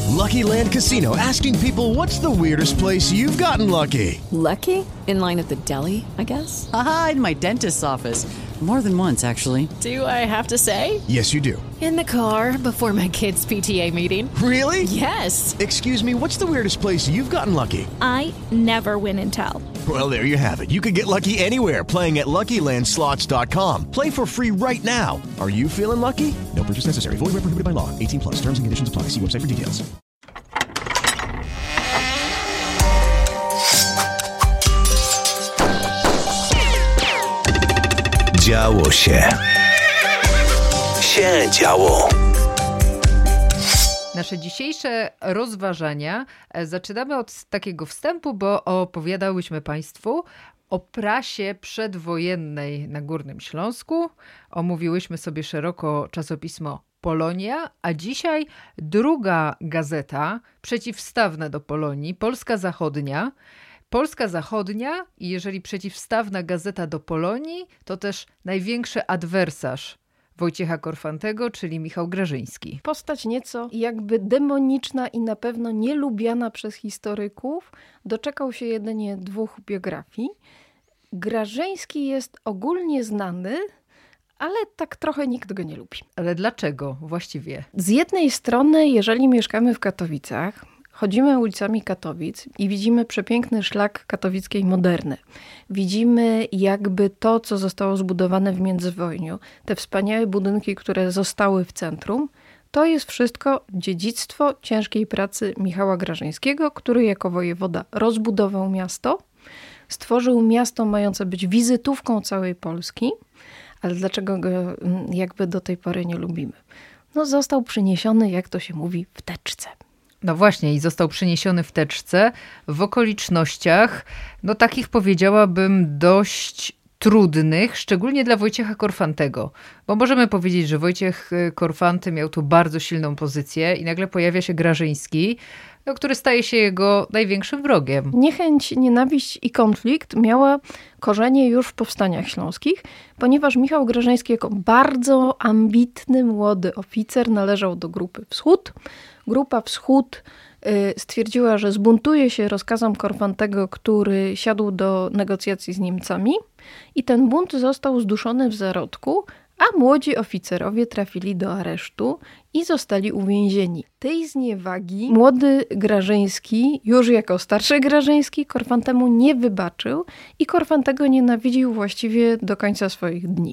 Lucky Land Casino, asking people, what's the weirdest place you've gotten lucky? Lucky? In line at the deli, I guess? Aha, in my dentist's office. More than once, actually. Do I have to say? Yes, you do. In the car before my kids' PTA meeting. Really? Yes. Excuse me, what's the weirdest place you've gotten lucky? I never win and tell. Well, there you have it. You can get lucky anywhere, playing at LuckyLandSlots.com. Play for free right now. Are you feeling lucky? No purchase necessary. Void where prohibited by law. 18 plus. Terms and conditions apply. See website for details. Działo się działo. Nasze dzisiejsze rozważania zaczynamy od takiego wstępu, bo opowiadałyśmy Państwu o prasie przedwojennej na Górnym Śląsku. Omówiłyśmy sobie szeroko czasopismo Polonia, a dzisiaj druga gazeta przeciwstawna do Polonii, Polska Zachodnia. Polska Zachodnia i jeżeli przeciwstawna gazeta do Polonii, to też największy adwersarz Wojciecha Korfantego, czyli Michał Grażyński. Postać nieco jakby demoniczna i na pewno nielubiana przez historyków. Doczekał się jedynie 2 biografii. Grażyński jest ogólnie znany, ale tak trochę nikt go nie lubi. Ale dlaczego właściwie? Z jednej strony, jeżeli mieszkamy w Katowicach, chodzimy ulicami Katowic i widzimy przepiękny szlak katowickiej moderny. Widzimy jakby to, co zostało zbudowane w międzywojniu, te wspaniałe budynki, które zostały w centrum. To jest wszystko dziedzictwo ciężkiej pracy Michała Grażyńskiego, który jako wojewoda rozbudował miasto, stworzył miasto mające być wizytówką całej Polski, ale dlaczego go jakby do tej pory nie lubimy? No został przyniesiony, jak to się mówi, w teczce. No właśnie, i został przyniesiony w teczce w okolicznościach, no takich powiedziałabym dość trudnych, szczególnie dla Wojciecha Korfantego. Bo możemy powiedzieć, że Wojciech Korfanty miał tu bardzo silną pozycję i nagle pojawia się Grażyński, no, który staje się jego największym wrogiem. Niechęć, nienawiść i konflikt miała korzenie już w powstaniach śląskich, ponieważ Michał Grażyński jako bardzo ambitny młody oficer należał do grupy Wschód. Grupa Wschód stwierdziła, że zbuntuje się rozkazom Korfantego, który siadł do negocjacji z Niemcami i ten bunt został zduszony w zarodku, a młodzi oficerowie trafili do aresztu i zostali uwięzieni. Tej zniewagi młody Grażyński, już jako starszy Grażyński, Korfantemu nie wybaczył i Korfantego nienawidził właściwie do końca swoich dni.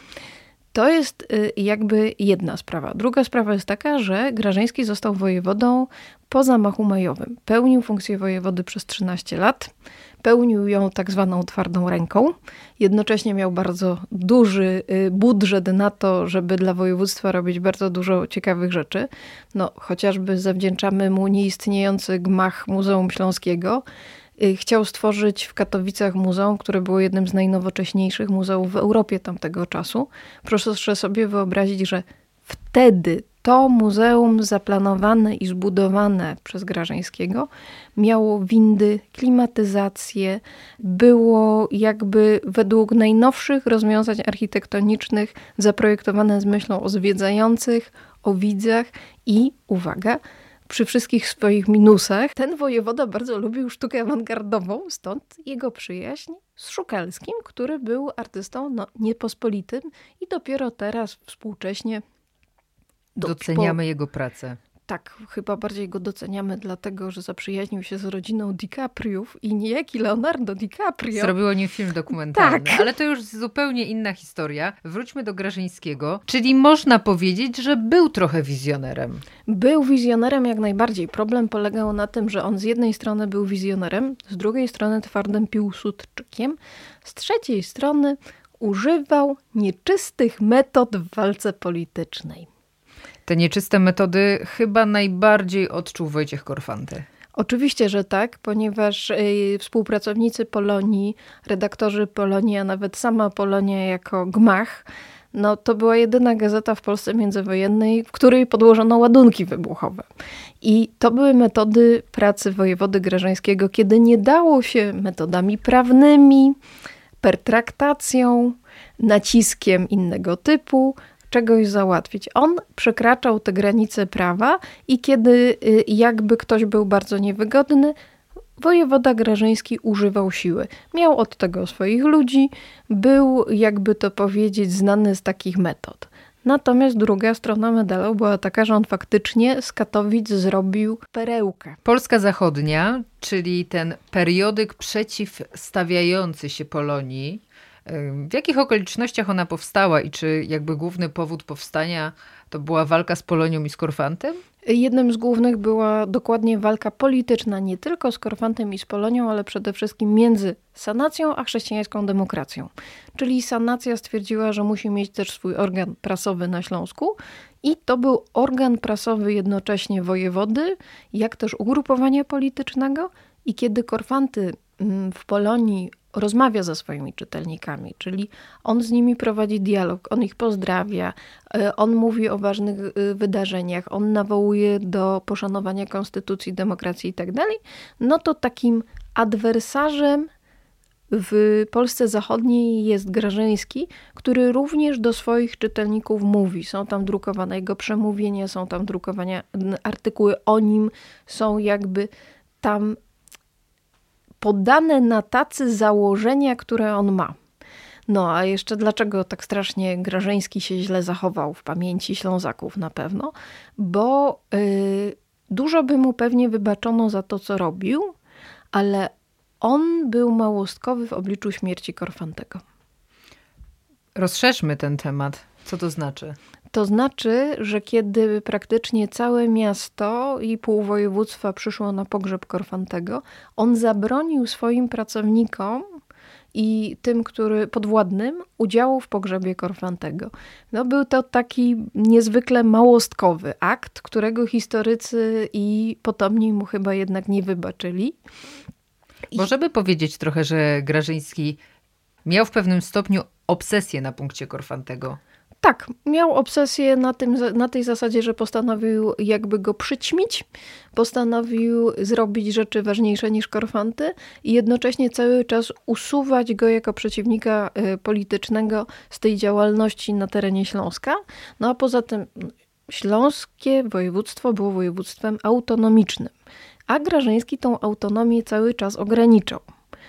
To jest jakby jedna sprawa. Druga sprawa jest taka, że Grażyński został wojewodą po zamachu majowym. Pełnił funkcję wojewody przez 13 lat. Pełnił ją tak zwaną twardą ręką. Jednocześnie miał bardzo duży budżet na to, żeby dla województwa robić bardzo dużo ciekawych rzeczy. No, chociażby zawdzięczamy mu nieistniejący gmach Muzeum Śląskiego. Chciał stworzyć w Katowicach muzeum, które było jednym z najnowocześniejszych muzeów w Europie tamtego czasu. Proszę sobie wyobrazić, że wtedy to muzeum zaplanowane i zbudowane przez Grażyńskiego miało windy, klimatyzację, było jakby według najnowszych rozwiązań architektonicznych zaprojektowane z myślą o zwiedzających, o widzach i, uwaga, przy wszystkich swoich minusach, ten wojewoda bardzo lubił sztukę awangardową, stąd jego przyjaźń z Szukelskim, który był artystą niepospolitym i dopiero teraz współcześnie doceniamy jego pracę. Tak, chyba bardziej go doceniamy dlatego, że zaprzyjaźnił się z rodziną DiCapriów i niejaki Leonardo DiCaprio Zrobił o nim film dokumentalny, tak. Ale to już zupełnie inna historia. Wróćmy do Grażyńskiego, czyli można powiedzieć, że był trochę wizjonerem. Był wizjonerem jak najbardziej. Problem polegał na tym, że on z jednej strony był wizjonerem, z drugiej strony twardym piłsudczykiem, z trzeciej strony używał nieczystych metod w walce politycznej. Te nieczyste metody chyba najbardziej odczuł Wojciech Korfanty. Oczywiście, że tak, ponieważ współpracownicy Polonii, redaktorzy Polonii, a nawet sama Polonia jako gmach, no to była jedyna gazeta w Polsce międzywojennej, w której podłożono ładunki wybuchowe. I to były metody pracy wojewody Grażyńskiego, kiedy nie dało się metodami prawnymi, pertraktacją, naciskiem innego typu, czegoś załatwić. On przekraczał te granice prawa i kiedy jakby ktoś był bardzo niewygodny, wojewoda grażyński używał siły. Miał od tego swoich ludzi, był, jakby to powiedzieć, znany z takich metod. Natomiast druga strona medalu była taka, że on faktycznie z Katowic zrobił perełkę. Polska Zachodnia, czyli ten periodyk przeciwstawiający się Polonii. W jakich okolicznościach ona powstała i czy jakby główny powód powstania to była walka z Polonią i z Korfantem? Jednym z głównych była dokładnie walka polityczna, nie tylko z Korfantem i z Polonią, ale przede wszystkim między sanacją a chrześcijańską demokracją. Czyli sanacja stwierdziła, że musi mieć też swój organ prasowy na Śląsku i to był organ prasowy jednocześnie wojewody, jak też ugrupowania politycznego i kiedy Korfanty w Polonii rozmawia ze swoimi czytelnikami, czyli on z nimi prowadzi dialog, on ich pozdrawia, on mówi o ważnych wydarzeniach, on nawołuje do poszanowania konstytucji, demokracji i tak dalej, no to takim adwersarzem w Polsce Zachodniej jest Grażyński, który również do swoich czytelników mówi. Są tam drukowane jego przemówienia, są tam drukowane artykuły o nim, są jakby tam podane na tacy założenia, które on ma. No a jeszcze dlaczego tak strasznie Grażyński się źle zachował w pamięci Ślązaków na pewno? Bo dużo by mu pewnie wybaczono za to, co robił, ale on był małostkowy w obliczu śmierci Korfantego. Rozszerzmy ten temat. Co to znaczy? To znaczy, że kiedy praktycznie całe miasto i pół województwa przyszło na pogrzeb Korfantego, on zabronił swoim pracownikom i tym, podwładnym, udziału w pogrzebie Korfantego. No, był to taki niezwykle małostkowy akt, którego historycy i potomni mu chyba jednak nie wybaczyli. Możemy powiedzieć trochę, że Grażyński miał w pewnym stopniu obsesję na punkcie Korfantego. Tak, miał obsesję na tej zasadzie, że postanowił jakby go przyćmić, postanowił zrobić rzeczy ważniejsze niż Korfanty i jednocześnie cały czas usuwać go jako przeciwnika politycznego z tej działalności na terenie Śląska. No a poza tym śląskie województwo było województwem autonomicznym, a Grażyński tą autonomię cały czas ograniczał.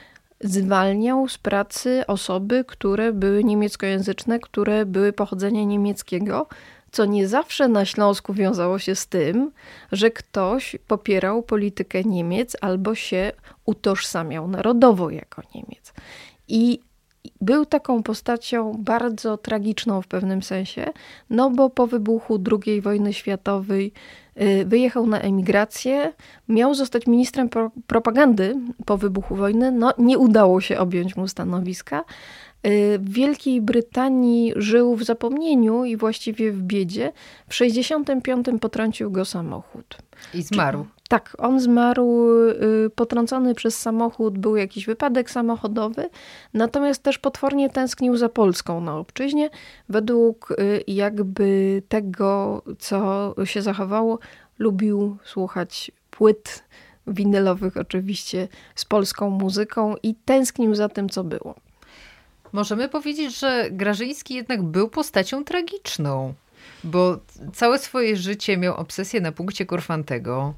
Zwalniał z pracy osoby, które były niemieckojęzyczne, które były pochodzenia niemieckiego, co nie zawsze na Śląsku wiązało się z tym, że ktoś popierał politykę Niemiec albo się utożsamiał narodowo jako Niemiec. I był taką postacią bardzo tragiczną w pewnym sensie, no bo po wybuchu II wojny światowej wyjechał na emigrację, miał zostać ministrem propagandy po wybuchu wojny, no nie udało się objąć mu stanowiska. W Wielkiej Brytanii żył w zapomnieniu i właściwie w biedzie. W 1965 potrącił go samochód. I zmarł. Tak, on zmarł potrącony przez samochód, był jakiś wypadek samochodowy, natomiast też potwornie tęsknił za Polską na obczyźnie. Według jakby tego, co się zachowało, lubił słuchać płyt winylowych oczywiście z polską muzyką i tęsknił za tym, co było. Możemy powiedzieć, że Grażyński jednak był postacią tragiczną, bo całe swoje życie miał obsesję na punkcie Korfantego.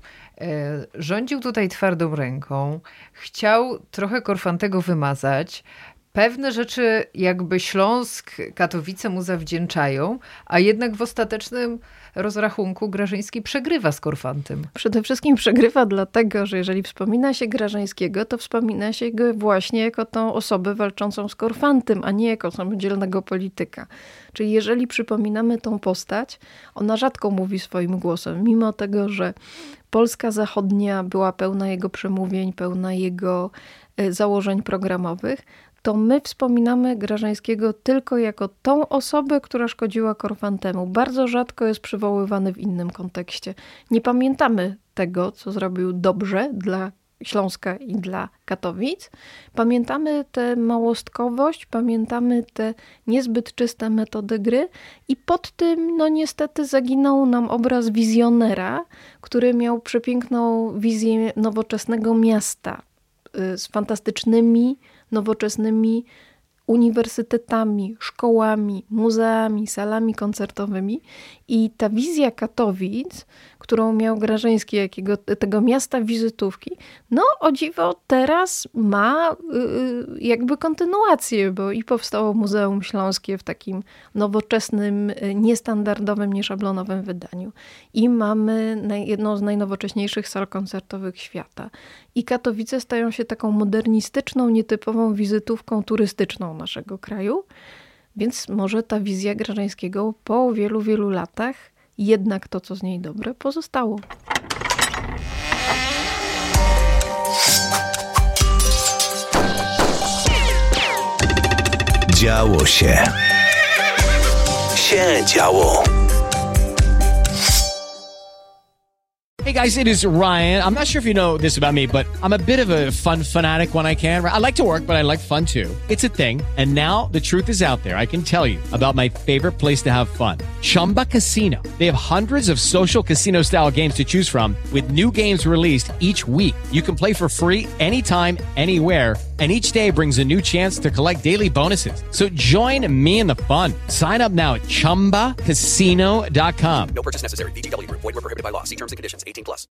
Rządził tutaj twardą ręką, chciał trochę Korfantego wymazać. Pewne rzeczy jakby Śląsk, Katowice mu zawdzięczają, a jednak w ostatecznym rozrachunku Grażyński przegrywa z Korfantem. Przede wszystkim przegrywa dlatego, że jeżeli wspomina się Grażyńskiego, to wspomina się go właśnie jako tą osobę walczącą z Korfantem, a nie jako samodzielnego polityka. Czyli jeżeli przypominamy tą postać, ona rzadko mówi swoim głosem, mimo tego, że Polska Zachodnia była pełna jego przemówień, pełna jego założeń programowych, to my wspominamy Grażyńskiego tylko jako tą osobę, która szkodziła Korfantemu. Bardzo rzadko jest przywoływany w innym kontekście. Nie pamiętamy tego, co zrobił dobrze dla Śląska i dla Katowic. Pamiętamy tę małostkowość, pamiętamy te niezbyt czyste metody gry i pod tym, no niestety, zaginął nam obraz wizjonera, który miał przepiękną wizję nowoczesnego miasta z fantastycznymi, nowoczesnymi uniwersytetami, szkołami, muzeami, salami koncertowymi i ta wizja Katowic, którą miał Grażyński, tego miasta wizytówki, no o dziwo teraz ma jakby kontynuację, bo i powstało Muzeum Śląskie w takim nowoczesnym, niestandardowym, nieszablonowym wydaniu. I mamy jedną z najnowocześniejszych sal koncertowych świata. I Katowice stają się taką modernistyczną, nietypową wizytówką turystyczną naszego kraju. Więc może ta wizja Grażyńskiego po wielu, wielu latach, jednak to, co z niej dobre, pozostało. Działo się. Się działo. Hey guys, it is Ryan. I'm not sure if you know this about me, but I'm a bit of a fun fanatic when I can. I like to work, but I like fun too. It's a thing. And now the truth is out there. I can tell you about my favorite place to have fun. Chumba Casino. They have hundreds of social casino style games to choose from with new games released each week. You can play for free anytime, anywhere. And each day brings a new chance to collect daily bonuses. So join me in the fun. Sign up now at ChumbaCasino.com. No purchase necessary. VGW Group. Void where prohibited by law. See terms and conditions. 18+.